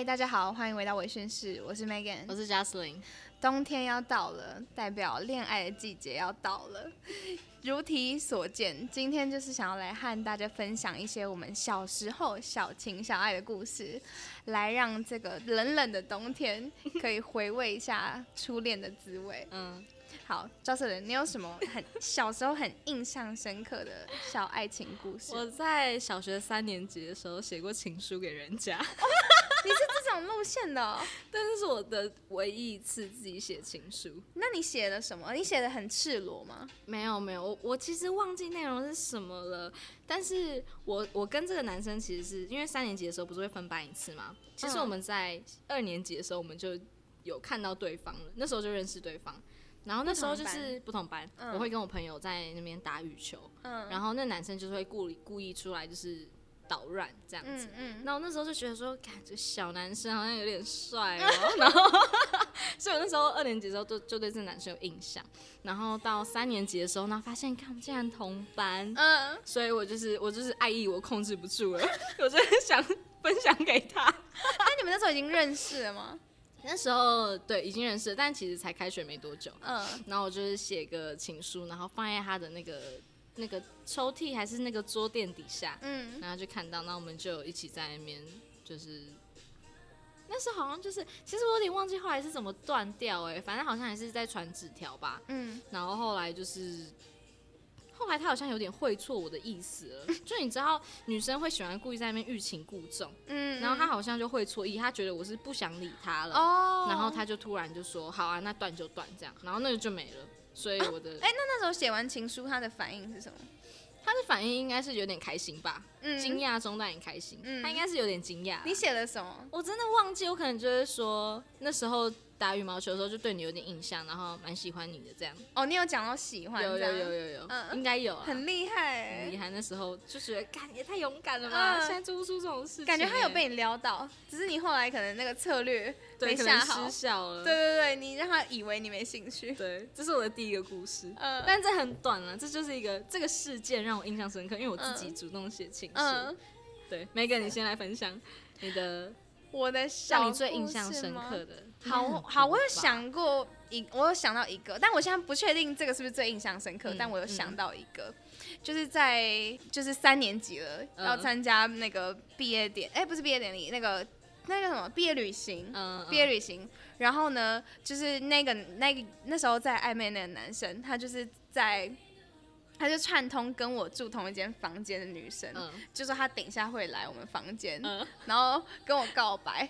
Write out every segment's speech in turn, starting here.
大家好，欢迎回到微醺室，我是 Megan， 我是 Jocelyn。 冬天要到了，代表恋爱的季节要到了。如题所见，今天就是想要来和大家分享一些我们小时候小情小爱的故事，来让这个冷冷的冬天可以回味一下初恋的滋味。好，赵瑟仁，你有什么小时候很印象深刻的小爱情故事？ 我在小学3年级的时候写过情书给人家。 你是这种路线的哦？ 但这是我的唯一一次自己写情书。 那你写了什么？你写的很赤裸吗？ 没有，我其实忘记内容是什么了。但是我跟这个男生其实是因为3年级的时候不是会分班一次吗？其实我们在2年级的时候我们就有看到对方了，那时候就认识对方。然后那时候就是不同班，我会跟我朋友在那边打羽球，然后那男生就是会故意出来就是捣乱这样子。那我那时候就觉得说，感觉小男生好像有点帅哦，然后所以我那时候2年级的时候就对这男生有印象。然后到3年级的时候呢，发现看我们竟然同班，所以我就是爱意我控制不住了，我就想分享给他。 那你们那时候已经认识了吗？ 那时候对已经认识了，但其实才开学没多久。然后我就是写个情书，然后放在他的那个抽屉还是那个桌垫底下，然后就看到，然后我们就一起在那边，就是那时候好像就是，其实我有点忘记后来是怎么断掉反正好像还是在传纸条吧。然后后来就是。后来他好像有点会错我的意思了，就你知道女生会喜欢故意在那边欲擒故纵，然后他好像就会错意，他觉得我是不想理他了，然后他就突然就说好啊，那断就断这样，然后那个就没了，所以我的那时候写完情书他的反应是什么？ 他的反应应该是有点开心吧，惊讶中带点开心，他应该是有点惊讶。 你写了什么？ 我真的忘记，我可能就会说那时候打羽毛球的时候就对你有点印象，然后蛮喜欢你的这样。 哦，你有讲到喜欢？ 有，应该有啊， 很厉害很厉害。那时候就觉得，干也太勇敢了吧！现在做不出这种事情， 感觉他有被你撩到，只是你后来可能那个策略没下好， 失效了。 对，你让他以为你没兴趣。 对，这是我的第一个故事，但这很短了，这就是这个事件让我印象深刻，因为我自己主动写情书。对，Megan，你先来分享你的。 我的小让你最印象深刻的。 好，我有想过我有想到一个，但我现在不确定这个是不是最印象深刻，但我有想到一个，就是就是3年级了，要参加那个毕业典，不是毕业典礼，那个什么毕业旅行，毕业旅行。然后呢，就是那时候在暧昧那个男生，他就串通跟我住同一间房间的女生，就说他等一下会来我们房间，然后跟我告白。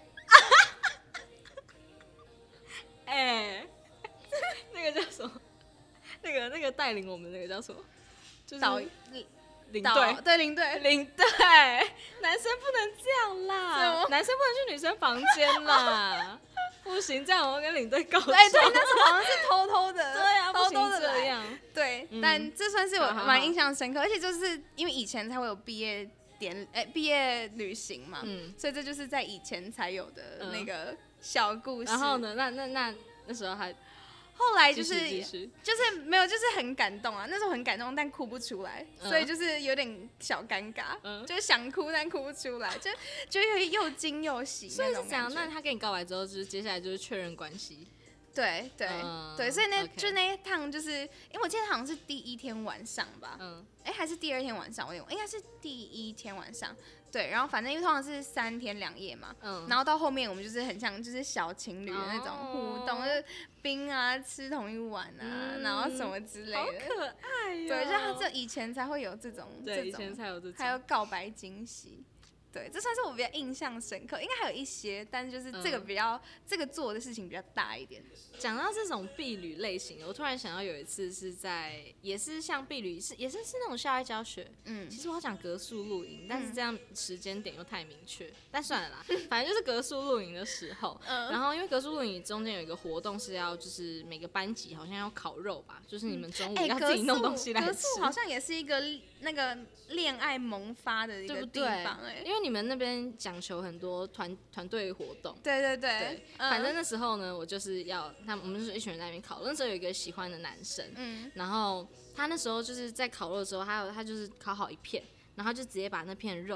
那个叫什么？那个带领我们那个叫什么？就是领队， 对领队。 男生不能这样啦，男生不能去女生房间啦。不行，这样我会跟领队告状。 对，那时候好像是偷偷的， 对啊， 偷偷的这样。 对，但这算是我蛮印象深刻，而且就是因为以前才会有毕业旅行嘛，所以这就是在以前才有的那个小故事。 然后呢，那时候还。 后来就是没有，就是很感动啊，那时候很感动，但哭不出来，所以就是有点小尴尬，就是想哭但哭不出来，就又惊又喜那种感觉。 所以是这样，那他跟你告白之后，就是接下来就是确认关系。 对，所以就那一趟，就是因为我记得好像是第1天晚上吧，还是第2天晚上，应该是第1天晚上。对，然后反正因为通常是3天2夜嘛，然后到后面我们就是很像就是小情侣的那种互动，就是冰啊，吃同一碗啊，然后什么之类的， 好可爱哟。 对，就他这以前才会有这种， 对，以前才有这种， 还有告白惊喜。对，这算是我比较印象深刻，应该还有一些，但是就是这个这个做的事情比较大一点。 讲到这种毕旅类型，我突然想到有一次是也是像毕旅，也是那种校外教学。其实我要讲格宿露营，但是这样时间点又太明确，但算了啦，反正就是格宿露营的时候。然后因为格宿露营中间有一个活动是要就是每个班级好像要烤肉吧，就是你们中午要自己弄东西来吃。 格宿好像也是一个那个恋爱萌发的一个地方， 因为你们那边讲求很多团队活动。 对， 反正那时候呢，我就是我们就是一群人在那边烤肉。那时候有一个喜欢的男生，然后他那时候就是在烤肉的时候，他就是烤好一片，然后就直接把那片肉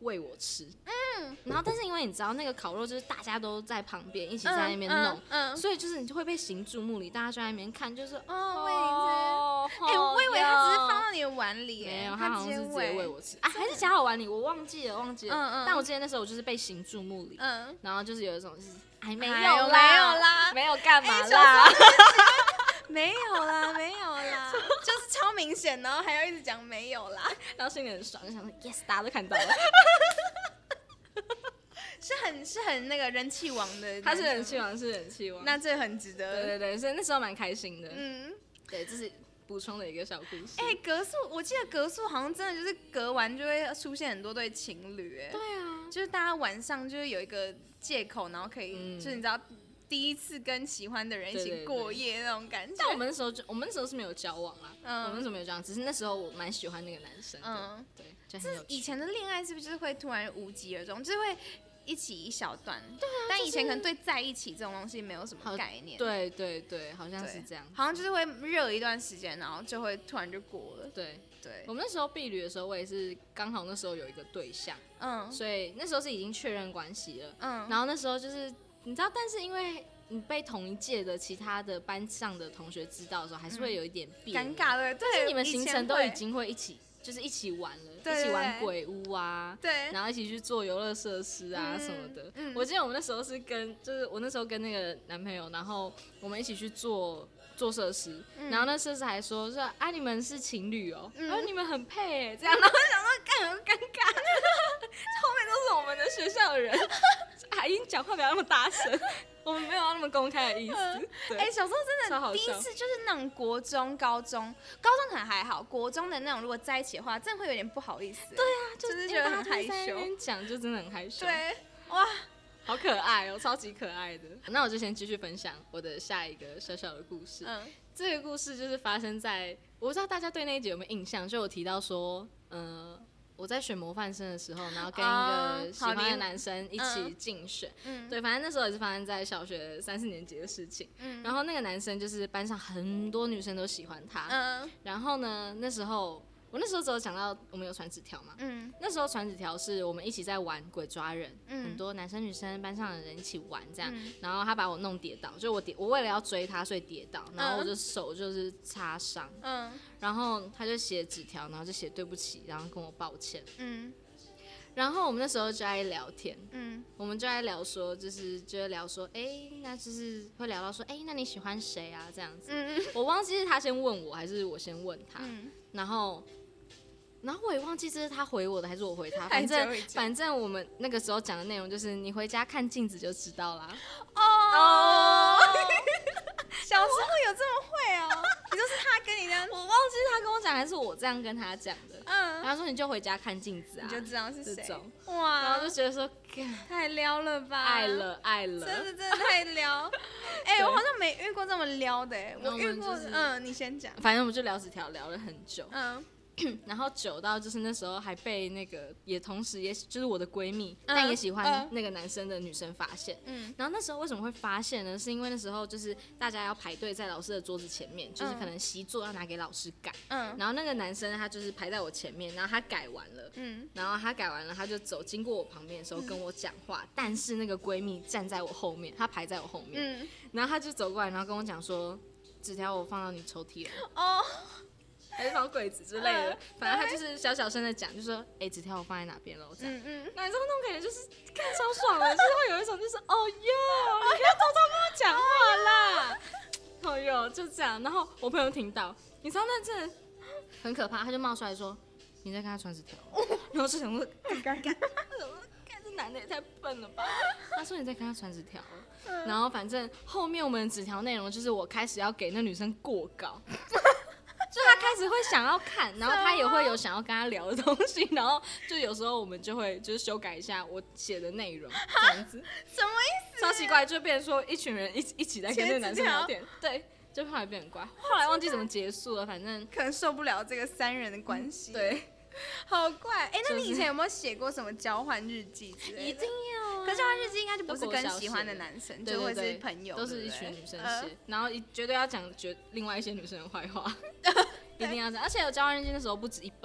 喂我吃。然后但是因为你知道那个烤肉就是大家都在旁边一起在那边弄，所以就是你就会被行注目礼，大家就在那边看，就是喂你吃。我以为他只是放到你的碗里， 没有，他好像是直接喂我吃啊，还是夹好碗里，我忘记了。但我记得那时候我就是被行注目礼，然后就是有一种就是没有啦，没有干嘛啦。 没有啦，就是超明显，然后还要一直讲没有啦， 然后心里很爽，就想说 yes， 大家都看到了。 是很那个人气王的， 他是人气王， 那这很值得。 对，所以那时候蛮开心的。对，这是补充的一个小故事。 隔宿，我记得隔宿好像真的就是隔完就会出现很多对情侣， 对啊， 就是大家晚上就是有一个借口，然后可以，就是你知道。第一次跟喜欢的人一起过夜那种感觉。 但我们那时候是没有交往啦，我们那时候没有交往，只是那时候我蛮喜欢那个男生的。对，就很有趣。 以前的恋爱是不是就是会突然无疾而终，就是会一起一小段？对啊。但以前可能对在一起这种东西没有什么概念。 对，好像是这样。 好像就是会热一段时间，然后就会突然就过了。 对。我们那时候避旅的时候，我也是刚好那时候有一个对象，所以那时候是已经确认关系了，然后那时候就是你知道，但是因为你被同一届的其他的班上的同学知道的时候，还是会有一点尴尬的。 但是你们行程都已经会一起，就是一起玩了，一起玩鬼屋啊， 对， 然后一起去做游乐设施啊什么的。我记得我们那时候是就是我那时候跟那个男朋友，然后我们一起去做设施，然后那设施还说你们是情侣哦，然后你们很配这样，然后想说干很尴尬，后面都是我们的学校的人，还因讲话不要那么大声。我们没有要那么公开的意思。 小时候真的第一次就是那种国中、高中可能还好，国中的那种如果在一起的话，真的会有点不好意思。 对啊， 就是觉得很害羞。 讲就真的很害羞。 对，哇， 好可爱哦，超级可爱的。那我就先继续分享我的下一个小小的故事。这个故事就是发生在，我不知道大家对那一集有没有印象，就我提到说，我在选模范生的时候，然后跟一个喜欢的男生一起竞选，对，反正那时候也是发生在小学3、4年级的事情。然后那个男生就是班上很多女生都喜欢他，然后呢，我那时候只有讲到我们有传纸条嘛，那时候传纸条是我们一起在玩鬼抓人，很多男生女生班上的人一起玩这样，然后他把我弄跌倒，就我为了要追他所以跌倒，然后我的手就是擦伤，然后他就写纸条，然后就写对不起，然后跟我抱歉，然后我们那时候就在聊天，我们就在聊说，就在聊说，那就是会聊到说，那你喜欢谁啊？这样子，我忘记是他先问我还是我先问他，然后我也忘记这是他回我的还是我回他，反正我们那个时候讲的内容就是你回家看镜子就知道啦。 小时候有这么会哦？你说是他跟你这样？ 我忘记他跟我讲还是我这样跟他讲的。他说你就回家看镜子啊， 你就知道是谁。 哇！然后就觉得说， 太撩了吧？ 爱了， 真的太撩。我好像没遇过这么撩的。我遇过，你先讲。 反正我们就聊纸条聊了很久。然后久到就是那时候还被那个也同时也就是我的闺蜜，但也喜欢那个男生的女生发现。然后那时候为什么会发现呢？是因为那时候就是大家要排队在老师的桌子前面，就是可能习作要拿给老师改。然后那个男生他就是排在我前面，然后他改完了，然后他改完了他就经过我旁边的时候跟我讲话，但是那个闺蜜站在我后面，她排在我后面，然后他就走过来，然后跟我讲说，纸条我放到你抽屉了。还是放柜子之类的，反正他就是小小声的讲，就说纸条我放在哪边了，这样。那你知道那种感觉就是看超爽的，就是会有一种就是你不要偷偷跟我讲话啦，就这样。然后我朋友听到，你知道那真的很可怕，他就冒出来说你在跟他传纸条，然后就想说干这男的也太笨了吧。他说你在跟他传纸条，然后反正后面我们的纸条内容就是我开始要给那女生过稿。就他开始会想要看，然后他也会有想要跟他聊的东西，然后就有时候我们就会就是修改一下我写的内容，这样子。 什么意思？ 超奇怪，就变成说一群人一起在跟那个男生聊天，对，就后来变很怪。后来忘记怎么结束了，反正可能受不了这个3人的关系。 对。 好怪。那你以前有没有写过什么交换日记之类的？ 一定要。 可是交换日记应该就不是跟喜欢的男生，就会是朋友， 都是一群女生写，然后绝对要讲另外一些女生的坏话，一定要这样。而且有交换日记的时候不止1本，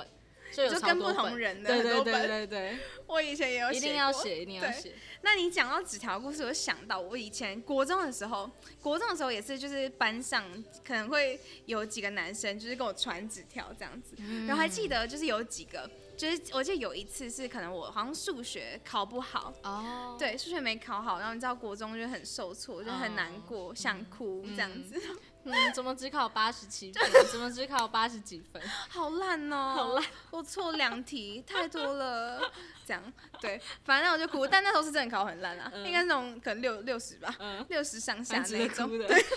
就跟不同人的很多本。 对， 我以前也有写过， 一定要写，一定要写。 那你讲到纸条故事，我想到我以前国中的时候也是，就是班上可能会有几个男生就是跟我传纸条这样子，然后还记得就是有几个。就是我记得有一次是可能我好像数学考不好，对，数学没考好，然后你知道国中就很受挫，就很难过，想哭这样子。 怎么只考87分？怎么只考80几分？ 好烂哦， 好烂！ 我错2题，太多了。这样对，反正我就哭，但那时候是真的考很烂啊，应该是那种可能60吧，60上下那种。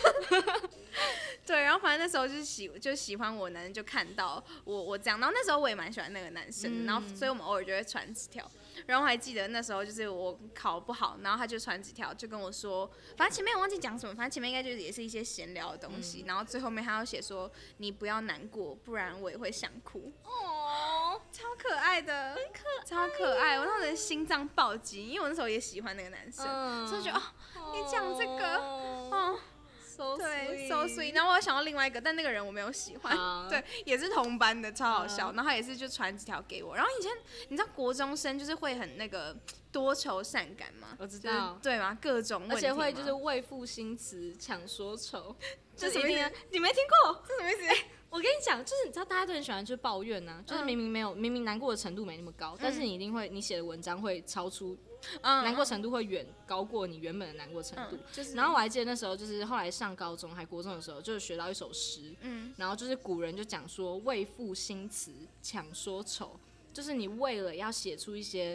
对，然后反正那时候就喜欢我的男生就看到我这样，然后那时候我也蛮喜欢那个男生的，然后所以我们偶尔就会传纸条。然后我还记得那时候就是我考不好，然后他就传纸条就跟我说，反正前面我忘记讲什么，反正前面应该就是也是一些闲聊的东西，然后最后面他要写说你不要难过，不然我也会想哭。哦，超可爱的，超可爱。我那时候心脏暴击，因为我那时候也喜欢那个男生，所以就觉得你讲这个对 ，so sweet。然后我想到另外一个，但那个人我没有喜欢，对，也是同班的，超好笑。然后他也是就传纸条给我。然后以前你知道国中生就是会很那个多愁善感吗？ 我知道， 对吗？各种问题， 而且会就是为赋新词强说愁， 这什么意思？ 你没听过？ 这什么意思？ 我跟你讲，就是你知道大家都很喜欢就是抱怨啊，就是明明难过的程度没那么高，但是你一定会你写的文章会超出。难过程度会远高过你原本的难过程度，然后我还记得那时候就是后来上高中还国中的时候，就是学到一首诗，然后就是古人就讲说为赋新词强说愁，就是你为了要写出一些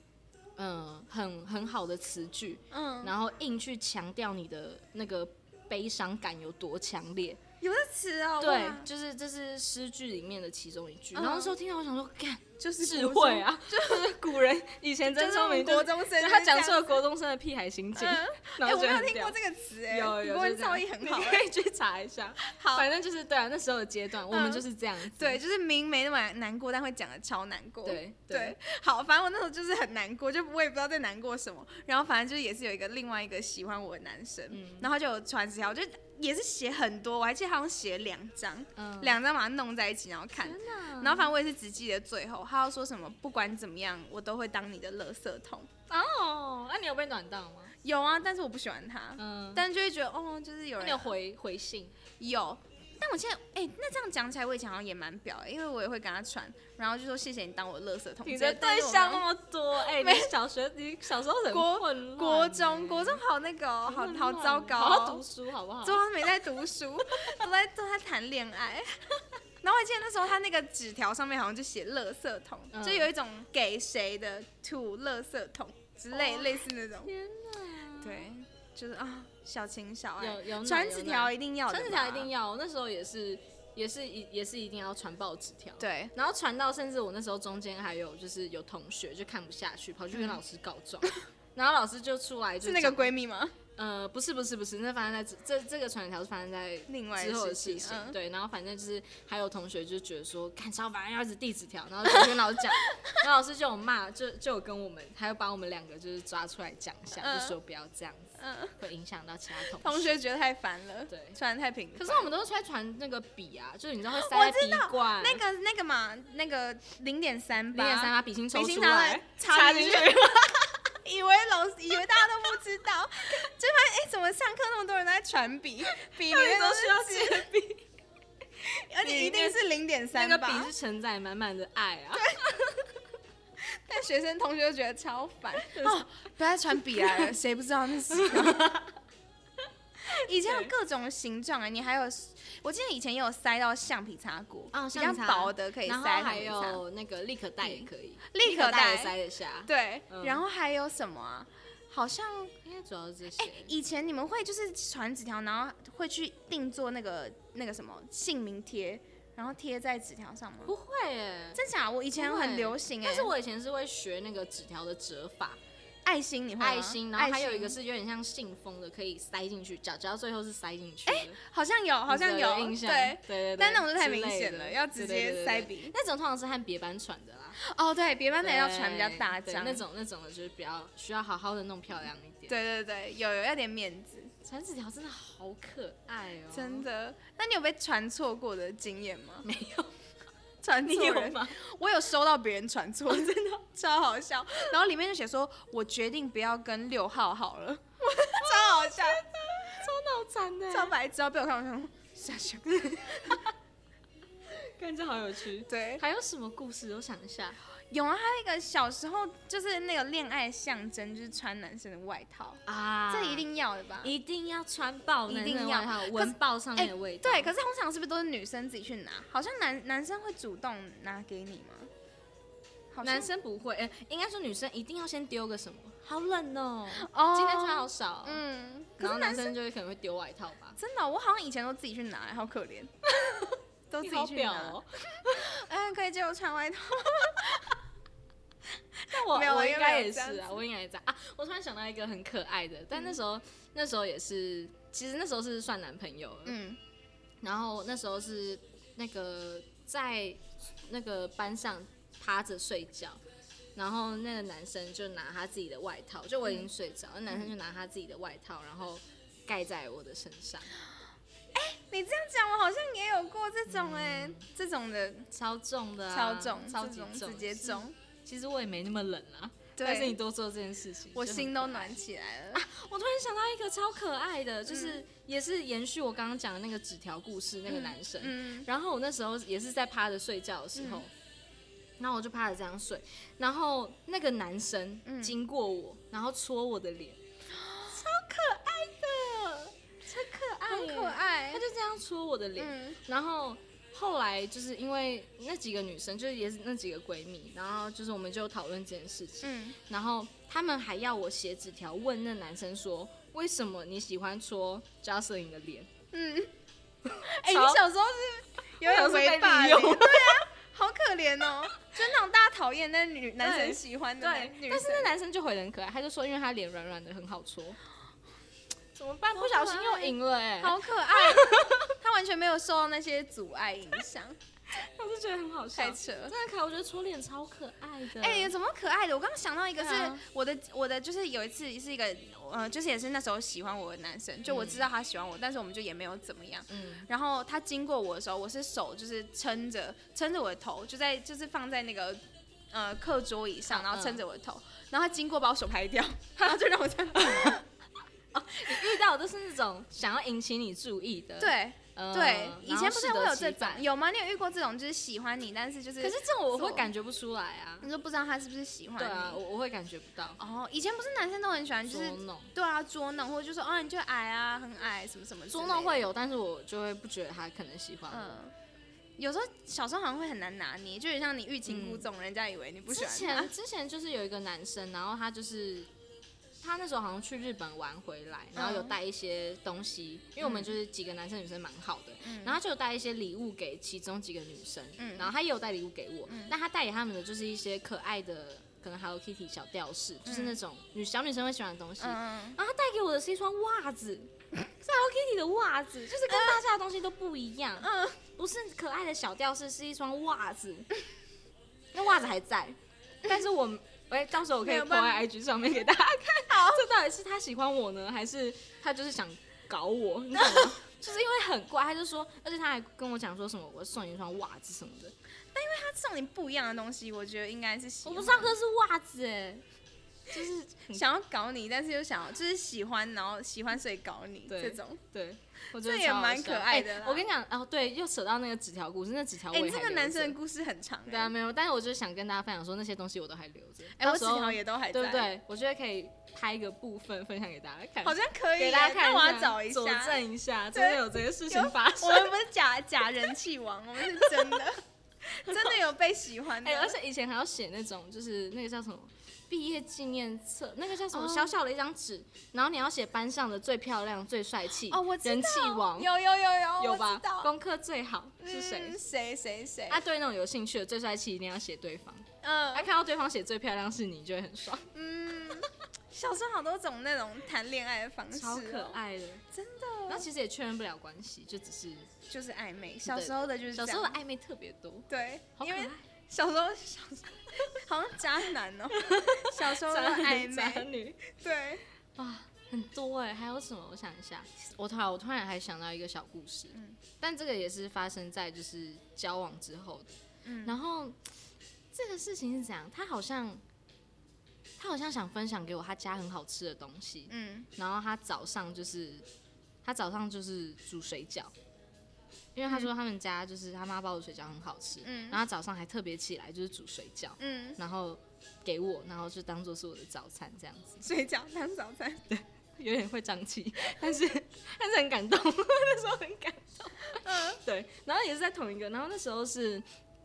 很好的词句，然后硬去强调你的那个悲伤感有多强烈。 有的词哦， 对，就是这是诗句里面的其中一句。然后那时候听到我想说，干， 就是智慧啊，就是古人以前真聪明， 国中生他讲出了国中生的屁孩心境。然后我没有听过这个词， 有， 国文造诣很好， 你可以去查一下。 好， 反正就是对啊，那时候的阶段，我们就是这样子。 对，就是明没那么难过，但会讲的超难过。 对， 好，反正我那时候就是很难过，就我也不知道在难过什么。然后反正就是也是有另外一个喜欢我的男生，然后他就有传纸条，就也是写很多，我还记得好像写了2张，2张把它弄在一起然后看。然后反正我也是只记得最后，他要说什么，不管怎么样，我都会当你的垃圾桶。 哦，那你有被暖到吗？ 有啊，但是我不喜欢他，但就会觉得就是有人。 你有回信？ 有。但我现在，那这样讲起来，我以前好像也蛮表因为我也会跟他传，然后就说谢谢你当我的垃圾桶。 你的对象那么多，你小时候很混乱。 国中好那个好糟糕， 好好读书好不好？ 都没在读书，都在谈恋爱。然后我记得那时候他那个纸条上面好像就写垃圾桶，就有一种给谁的土垃圾桶之类似那种。 天哪！ 对，就是小情小爱， 有传纸条一定要的， 传纸条一定要。我那时候也是一定要传报纸条。 对， 然后传到甚至我那时候中间还有就是有同学就看不下去，跑去跟老师告状，然后老师就出来就是那个闺蜜吗？ 不是，那发生在这个传纸条是发生在之后的事情，对，然后反正就是还有同学就觉得说，看超烦，要一直递纸条，然后就跟老师讲，然后老师就有骂，就有跟我们，还有把我们2个就是抓出来讲一下，就说不要这样子，会影响到其他同学觉得太烦了，对，传得太频繁。 可是我们都是在传那个笔啊，就是你知道会塞在笔罐， 那个嘛，那个0.3 把笔芯抽出来插进去。 以为大家都不知道，就发现怎么上课那么多人都在传笔里面都需要借笔， 而且一定是0.3吧。 那个笔是承载满满的爱啊。 但学生同学就觉得超烦不要再传笔来了，谁不知道那是？以前有各种形状你还有，我记得以前也有塞到橡皮擦过，比较薄的可以塞橡皮擦， 然后还有那个立可带也可以， 立可带也塞得下。 对，然后还有什么啊？好像应该主要是这些。 以前你们会就是传纸条，然后会去定做那个什么姓名贴，然后贴在纸条上吗？ 不会真假？我以前很流行但是我以前是会学那个纸条的折法。 爱心你会吗？ 爱心，然后还有一个是有点像信封的，可以塞进去，只要最后是塞进去的。 好像有印象，对， 但那种就太明显了，要直接塞笔。 那种通常是和别班传的啦。 对，别班的要传比较大张， 那种的就是比较需要好好的弄漂亮一点。对，有要点面子。 传纸条真的好可爱哦， 真的。那你有被传错过的经验吗？ 没有。 传错人吗？ 我有收到别人传错，真的超好笑。然后里面就写说，我决定不要跟6号好了，超好笑， 超脑残的， 超白痴。然后被我看到傻笑， 感觉好有趣。 对， 还有什么故事？我想一下。 有啊，还有一个小时候就是那个恋爱象征，就是穿男生的外套啊， 这一定要的吧？ 一定要穿爆男生的外套， 一定要闻爆上面的味道。 对，可是通常是不是都是女生自己去拿？好像男生会主动拿给你吗？ 男生不会，应该说女生一定要先丢个什么，好冷哦， 哦， 今天穿好少， 可是然后男生就会可能会丢外套吧。 真的，我好像以前都自己去拿，好可怜，都自己去拿。 哦， 可以借我穿外套。 但我应该也是啊，我应该也在啊。我突然想到一个很可爱的，但那时候也是，其实那时候是算男朋友了，然后那时候是那个在那个班上趴着睡觉，然后那个男生就拿他自己的外套，就我已经睡着，那男生就拿他自己的外套，然后盖在我的身上。 你这样讲，我好像也有过这种这种的超重的、啊， 超重， 超级重，直接重。 其实我也没那么冷啊， 对， 但是你多做这件事情， 我心都暖起来了。 我突然想到一个超可爱的，就是也是延续我刚刚讲的那个纸条故事，那个男生。然后我那时候也是在趴着睡觉的时候，然后我就趴着这样睡，然后那个男生经过我，然后戳我的脸，超可爱的，超可爱， 很可爱。 他就这样戳我的脸，然后。后来就是因为那几个女生，就是也是那几个闺蜜，然后就是我们就讨论这件事情，然后他们还要我写纸条问那男生说，为什么你喜欢戳 Jocelyn 的脸？ 你小时候是有点违法的，对啊，好可怜哦，就是那种大家讨厌但男生喜欢的女生， 但是那男生就回得很可爱，他就说因为他脸软软的很好戳。怎么办？不小心又赢了好可爱！他完全没有受到那些阻碍影响， 我就觉得很好笑， 太扯了。 真的可爱，我觉得戳脸超可爱的。 怎么可爱的？我刚刚想到一个是我的就是有一次是一个就是也是那时候喜欢我的男生，就我知道他喜欢我，但是我们就也没有怎么样。然后他经过我的时候，我是手就是撑着我的头，就是放在那个课桌椅上，然后撑着我的头，然后他经过把我手拍掉，然后就让我这样。 你遇到的都是那种想要引起你注意的， 对，以前不是会有这种，有吗？你有遇过这种就是喜欢你，但是就是， 可是这种我会感觉不出来啊， 你说不知道他是不是喜欢你？ 对啊，我会感觉不到。 以前不是男生都很喜欢就是捉弄， 对啊，捉弄，或者就说你就矮啊，很矮什么什么。 捉弄会有，但是我就会不觉得他可能喜欢我。 有时候小时候好像会很难拿捏，就有像你欲擒故纵，人家以为你不喜欢他。 之前就是有一个男生，然后他那时候好像去日本玩回来，然后有带一些东西，因为我们就是几个男生女生蛮好的，然后就有带一些礼物给其中几个女生，然后他也有带礼物给我，但他带给他们的就是一些可爱的，可能 Hello Kitty 小吊饰，就是那种小女生会喜欢的东西，然后他带给我的是一双袜子，是 Hello Kitty 的袜子，就是跟大家的东西都不一样，不是可爱的小吊饰，是一双袜子，那袜子还在，但是到时候我可以 po 在 IG 上面给大家看。好，这到底是他喜欢我呢，还是他就是想搞我？你懂吗？就是因为很怪，他就说，而且他还跟我讲说什么，我送你一双袜子什么的。 但因为他送你不一样的东西，我觉得应该是喜欢。 我不知道，可是袜子就是想要搞你，但是又想要就是喜欢，然后喜欢所以搞你这种。 对，我觉得这也蛮可爱的啦。 我跟你讲，对，又扯到那个纸条故事，那纸条我也还留着。 这个男生的故事很长。 对啊，没有，但是我就想跟大家分享说，那些东西我都还留着。 我纸条也都还在。 对不对？我觉得可以拍一个部分分享给大家看。 好像可以， 给大家看一下， 那我要找一下， 佐证一下，真的有这些事情发生。 我们不是假人气王，我们是真的，真的有被喜欢的。 而且以前还要写那种，就是那个叫什么？毕业纪念册，那个叫什么？小小的一张纸，然后你要写班上的最漂亮、最帅气， 我知道， 人气王， 有吧？功课最好是谁？ 谁？ 对那种有兴趣的最帅气一定要写对方。看到对方写最漂亮是你，就会很爽。 小时候好多种那种谈恋爱的方式， 超可爱的， 真的。 那其实也确认不了关系， 就是暧昧。小时候的就是小时候的暧昧特别多， 对， 好可爱。 小时候好像渣男哦，小时候的暧昧， 渣女， 对， 哇，很多还有什么？我想一下，我突然还想到一个小故事，但这个也是发生在就是交往之后的。 然后这个事情是怎样？他好像想分享给我他家很好吃的东西，然后他早上就是煮水饺，因为他说他们家就是他妈包的水饺很好吃，然后他早上还特别起来就是煮水饺，然后给我，然后就当做是我的早餐这样子。 水饺当早餐， 对，有点会胀气，但是很感动，那时候很感动，对，然后也是在同一个，然后那时候是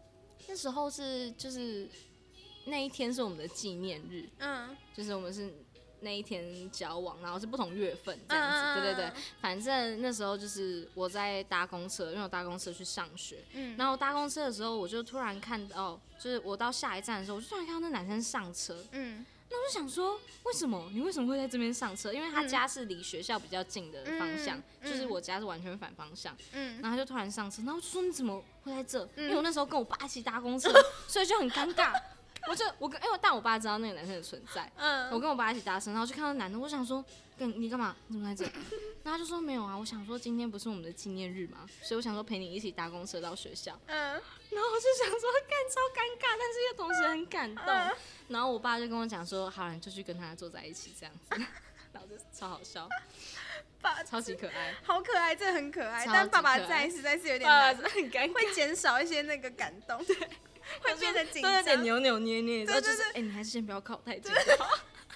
就是那一天是我们的纪念日，就是我们是那一天交往，然后是不同月份这样子，对，反正那时候就是我在搭公车，因为我搭公车去上学，然后我搭公车的时候，我就突然看到，就是我到下一站的时候，我就突然看到那男生上车，那我就想说，你为什么会在这边上车？因为他家是离学校比较近的方向，就是我家是完全反方向，然后他就突然上车，然后我就说你怎么会在这？因为我那时候跟我爸一起搭公车，所以就很尴尬。但我爸知道那个男生的存在，我跟我爸一起搭车，然后就看到男的，我想说，你干嘛？你怎么在这？然后他就说没有啊，我想说今天不是我们的纪念日嘛，所以我想说陪你一起搭公车到学校。然后我就想说，超尴尬，但是又同时很感动。然后我爸就跟我讲说，好了，你就去跟他坐在一起这样子，然后就超好笑。超级可爱， 好可爱，真的很可爱。但爸爸在实在是有点难， 很尴尬， 会减少一些那个感动，对，会变得紧张， 有点扭扭捏捏，然后就是你还是先不要靠太近就好。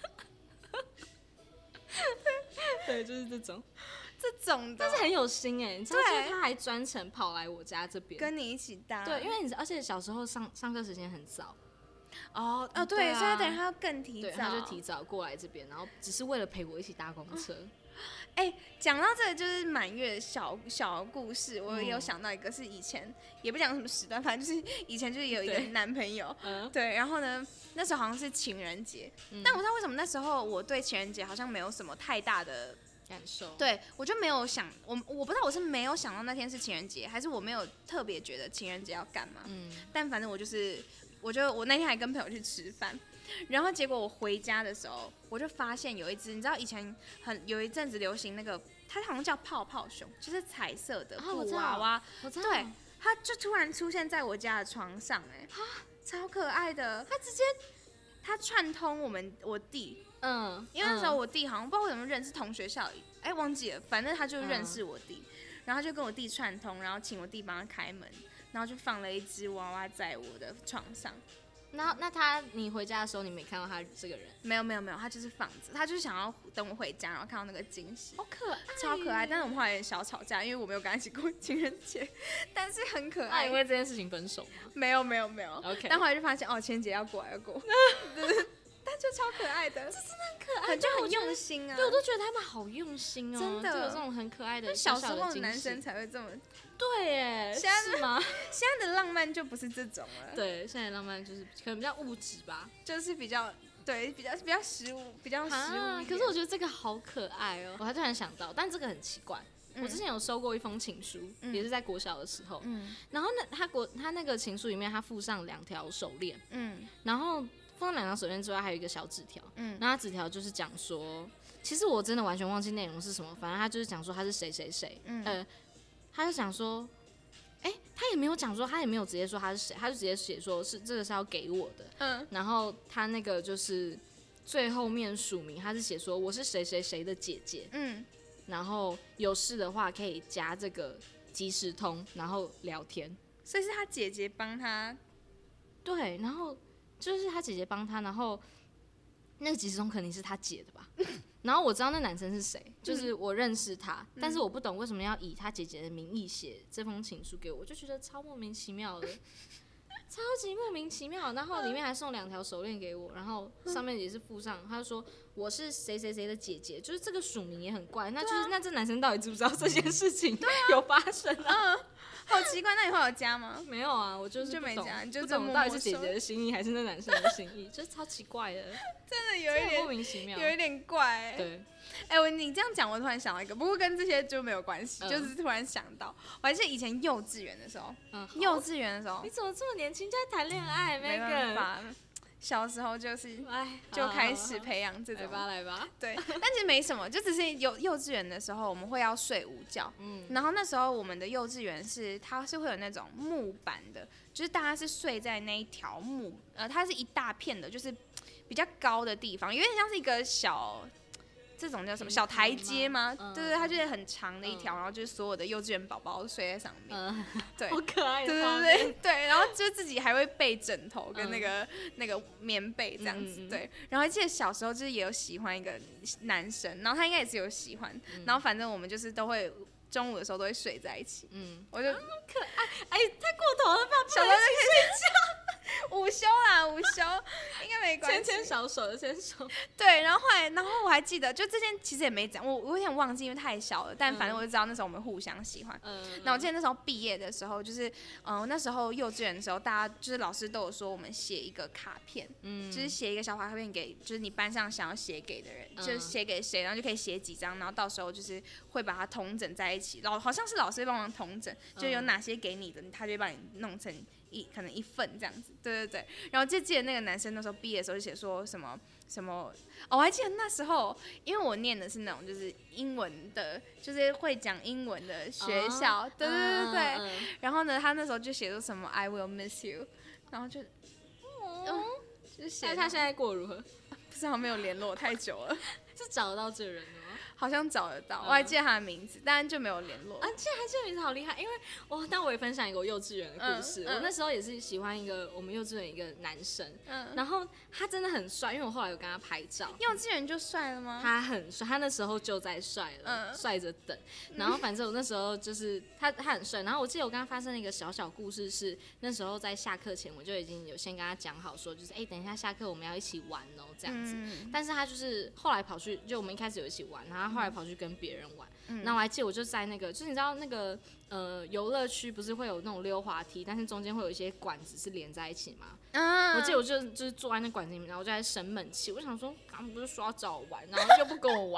对，就是这种的，但是很有心你知道，就是他还专程跑来我家这边跟你一起搭， 对，因为而且小时候上课时间很早。 对，所以等于他要更提早， 他就提早过来这边，然后只是为了陪我一起搭公车。 讲到这个就是满月的小故事，我也有想到一个，是以前也不讲什么时段，反正就是以前就是有一个男朋友，对，然后呢，那时候好像是情人节，但我不知道为什么那时候我对情人节好像没有什么太大的感受， 对我就没有想，我不知道我是没有想到那天是情人节，还是我没有特别觉得情人节要干嘛，但反正我那天还跟朋友去吃饭。然后结果我回家的时候，我就发现有一只，你知道以前有一阵子流行那个，它好像叫泡泡熊，就是彩色的布娃娃， 我知道， 对，它就突然出现在我家的床上，超可爱的，它串通我弟，因为那时候我弟好像不知道为什么认识同学校，忘记了，反正他就认识我弟，然后就跟我弟串通，然后请我弟帮他开门，然后就放了一只娃娃在我的床上。 那你回家的时候，你没看到他这个人？ 没有，他就是放着，他就是想要等我回家，然后看到那个惊喜， 好可爱， 超可爱。但是我们后来有点小吵架，因为我没有跟他一起过情人节，但是很可爱。 因为这件事情分手吗？ 没有。 OK。 但后来就发现情人节要过。但就超可爱的，这真的很可爱，就很用心啊。 对，我都觉得他们好用心真的， 就有这种很可爱的小时候的男生才会这么。 对耶， 是吗？ 现在的浪漫就不是这种了。 对，现在的浪漫就是可能比较物质吧， 就是比较实物，比较实物。 可是我觉得这个好可爱哦，我还突然想到，但这个很奇怪。我之前有收过一封情书，也是在国小的时候，然后他那个情书里面，他附上2条手链，然后附上2条手链之外，还有一个小纸条，然后他纸条就是讲说，其实我真的完全忘记内容是什么，反正他就是讲说他是谁谁谁，他就讲说，他也没有讲说，他也没有直接说他是谁，他就直接写说是这个是要给我的，然后他那个就是最后面署名，他是写说我是谁谁谁的姐姐，然后有事的话可以加这个即时通，然后聊天， 所以是他姐姐帮他， 对，然后就是他姐姐帮他，然后那个即时通肯定是他姐的吧。然后我知道那男生是谁，就是我认识他，但是我不懂为什么要以他姐姐的名义写这封情书给我，就觉得超莫名其妙的，超级莫名其妙。然后里面还送2条手链给我，然后上面也是附上，他就说我是谁谁谁的姐姐，就是这个署名也很怪，那就是那这男生到底知不知道这件事情有发生啊？ 好奇怪，那以后有加吗？ 没有啊，我就是不懂， 就没加，你就不懂到底是姐姐的心意还是那男生的心意，就是超奇怪的， 真的有一点莫名其妙， 有一点怪。 对， 你这样讲，我突然想到一个，不过跟这些就没有关系，就是突然想到，我还记得以前幼稚园的时候，你怎么这么年轻就在谈恋爱？ 没办法， 小时候就是哎， 就开始培养这种。 来吧。 对，但其实没什么，就只是幼稚园的时候我们会要睡午觉，然后那时候我们的幼稚园它是会有那种木板的，就是大家是睡在那一条它是一大片的，就是比较高的地方，有点像是一个这种叫什么小台阶吗？对，它就是很长的一条，然后就是所有的幼稚园宝宝都睡在上面，对， 好可爱的对，然后就自己还会备枕头跟那个棉被这样子，对，然后还记得小时候就是也有喜欢一个男生，然后他应该也是有喜欢，然后反正我们就是都会中午的时候都会睡在一起，我就好可爱，哎，太过头了吧， 小时候就可以睡觉。午休应该没关系。 牵小手的牵手。 对，然后我还记得，就这件其实也没讲，我有点忘记，因为太小了。但反正我就知道那时候我们互相喜欢。那我记得那时候毕业的时候，就是那时候幼稚园的时候，大家就是老师都有说我们写一个卡片，就是写一个小卡片给就是你班上想要写给的人，就是写给谁，然后就可以写几张，然后到时候就是会把它统整在一起。好像是老师帮忙统整，就有哪些给你的，他就会帮你弄成可能一份这样子，对，然后就记得那个男生那时候毕业的时候就写说什么，我还记得那时候，因为我念的是那种就是英文的，就是会讲英文的学校，对，然后呢，他那时候就写出什么 I will miss you， 然后就写他现在过如何？ 不知道，没有联络太久了， 是找得到这人的吗？ 好像找得到，我还记得他的名字，但就没有联络。 竟然还记得名字，好厉害！因为但我也分享一个我幼稚园的故事。我那时候也是喜欢我们幼稚园一个男生，然后他真的很帅，因为我后来有跟他拍照。 幼稚园就帅了吗？ 他很帅，他那时候就在帅了，帅着等。然后反正我那时候就是他很帅，然后我记得我跟他发生了一个小小故事是，那时候在下课前我就已经有先跟他讲好说，就是等一下下课我们要一起玩哦这样子。但是他就是后来跑去，就我们一开始有一起玩，然后他后来跑去跟别人玩。然后我还记得我就在那个，就是你知道那个游乐区不是会有那种溜滑梯，但是中间会有一些管子是连在一起吗？我记得我就是坐在那管子里面，然后我就在生闷气，我想说刚刚不是说要找我玩，然后又不跟我玩。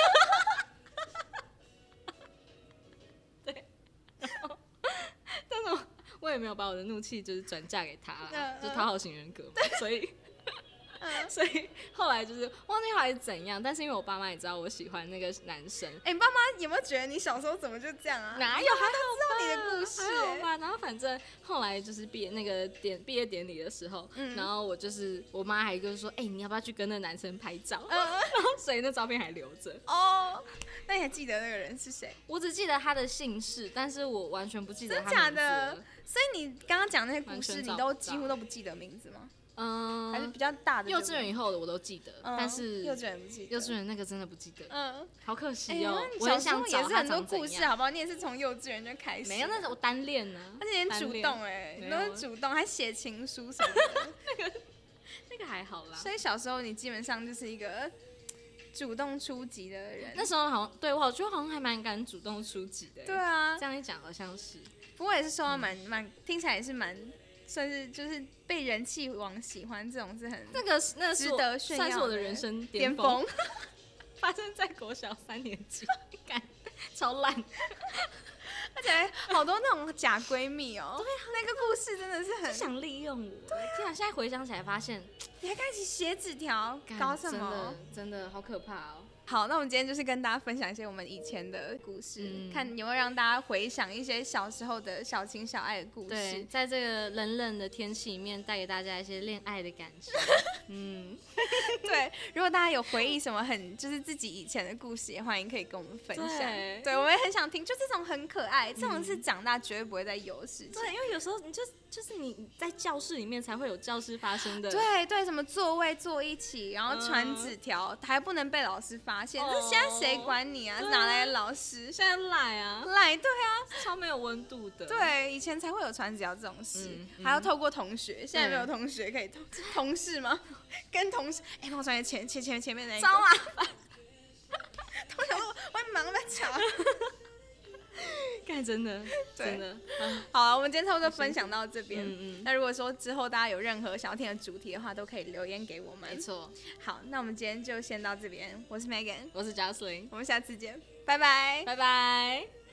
对，但是我也没有把我的怒气就是转嫁给他啦，就讨好型人格嘛，所以后来就是忘记后来是怎样，但是因为我爸妈也知道我喜欢那个男生。 你爸妈有没有觉得你小时候怎么就这样啊？ 哪有，还好吧，知道你的故事， 还好吧。然后反正后来就是毕业典礼的时候，然后我妈还跟我说，你要不要去跟那个男生拍照？然后所以那照片还留着。 那你还记得那个人是谁？ 我只记得他的姓氏，但是我完全不记得他名字。 真假的？所以你刚刚讲那些故事，你都几乎都不记得名字吗？还是比较大的。 幼稚园以后的我都记得，但是幼稚园不记得。 幼稚园那个真的不记得，好可惜哦。 我很想找他长怎样。 也是很多故事，好不好？你也是从幼稚园就开始。 没有，那是我单恋呢。 而且很主动你都是主动，还写情书什么的。 那个还好啦。 所以小时候你基本上就是一个主动出击的人。 那时候好像对我觉得好像还蛮敢主动出击的。 对啊， 这样一讲好像是。 不过也是受到听起来也是蛮。算是就是被人气王喜欢，这种是很值得炫耀的， 算是我的人生巅峰。发生在国小3年级，超烂， 而且好多那种假闺蜜哦。对啊，那个故事真的是很想利用我。天啊，现在回想起来发现， 你还开始写纸条，搞什么？ 真的好可怕哦。 好，那我们今天就是跟大家分享一些我们以前的故事，看有没有让大家回想一些小时候的小情小爱的故事。 对，在这个冷冷的天气里面，带给大家一些恋爱的感觉。 对，如果大家有回忆什么就是自己以前的故事，也欢迎可以跟我们分享。对，我们也很想听，就这种很可爱，这种是长大绝对不会再有的事情。 对，因为有时候就是你在教室里面才会有教室发生的。 对，什么座位坐一起，然后传纸条，还不能被老师发现。这现在谁管你啊？哪来的老师？ 现在赖啊， 对啊， 超没有温度的。 对，以前才会有传纸条这种事，还要透过同学。现在没有同学可以同事吗？跟同事，帮我传前面那一个。 超麻烦。 同学说我会忙在查。 真的。 好了，我们今天差不多分享到这边。那如果说之后大家有任何想要听的主题的话，都可以留言给我们。 没错。 好，那我们今天就先到这边。我是 Megan， 我是 Jocelyn， 我们下次见，拜拜， 拜拜。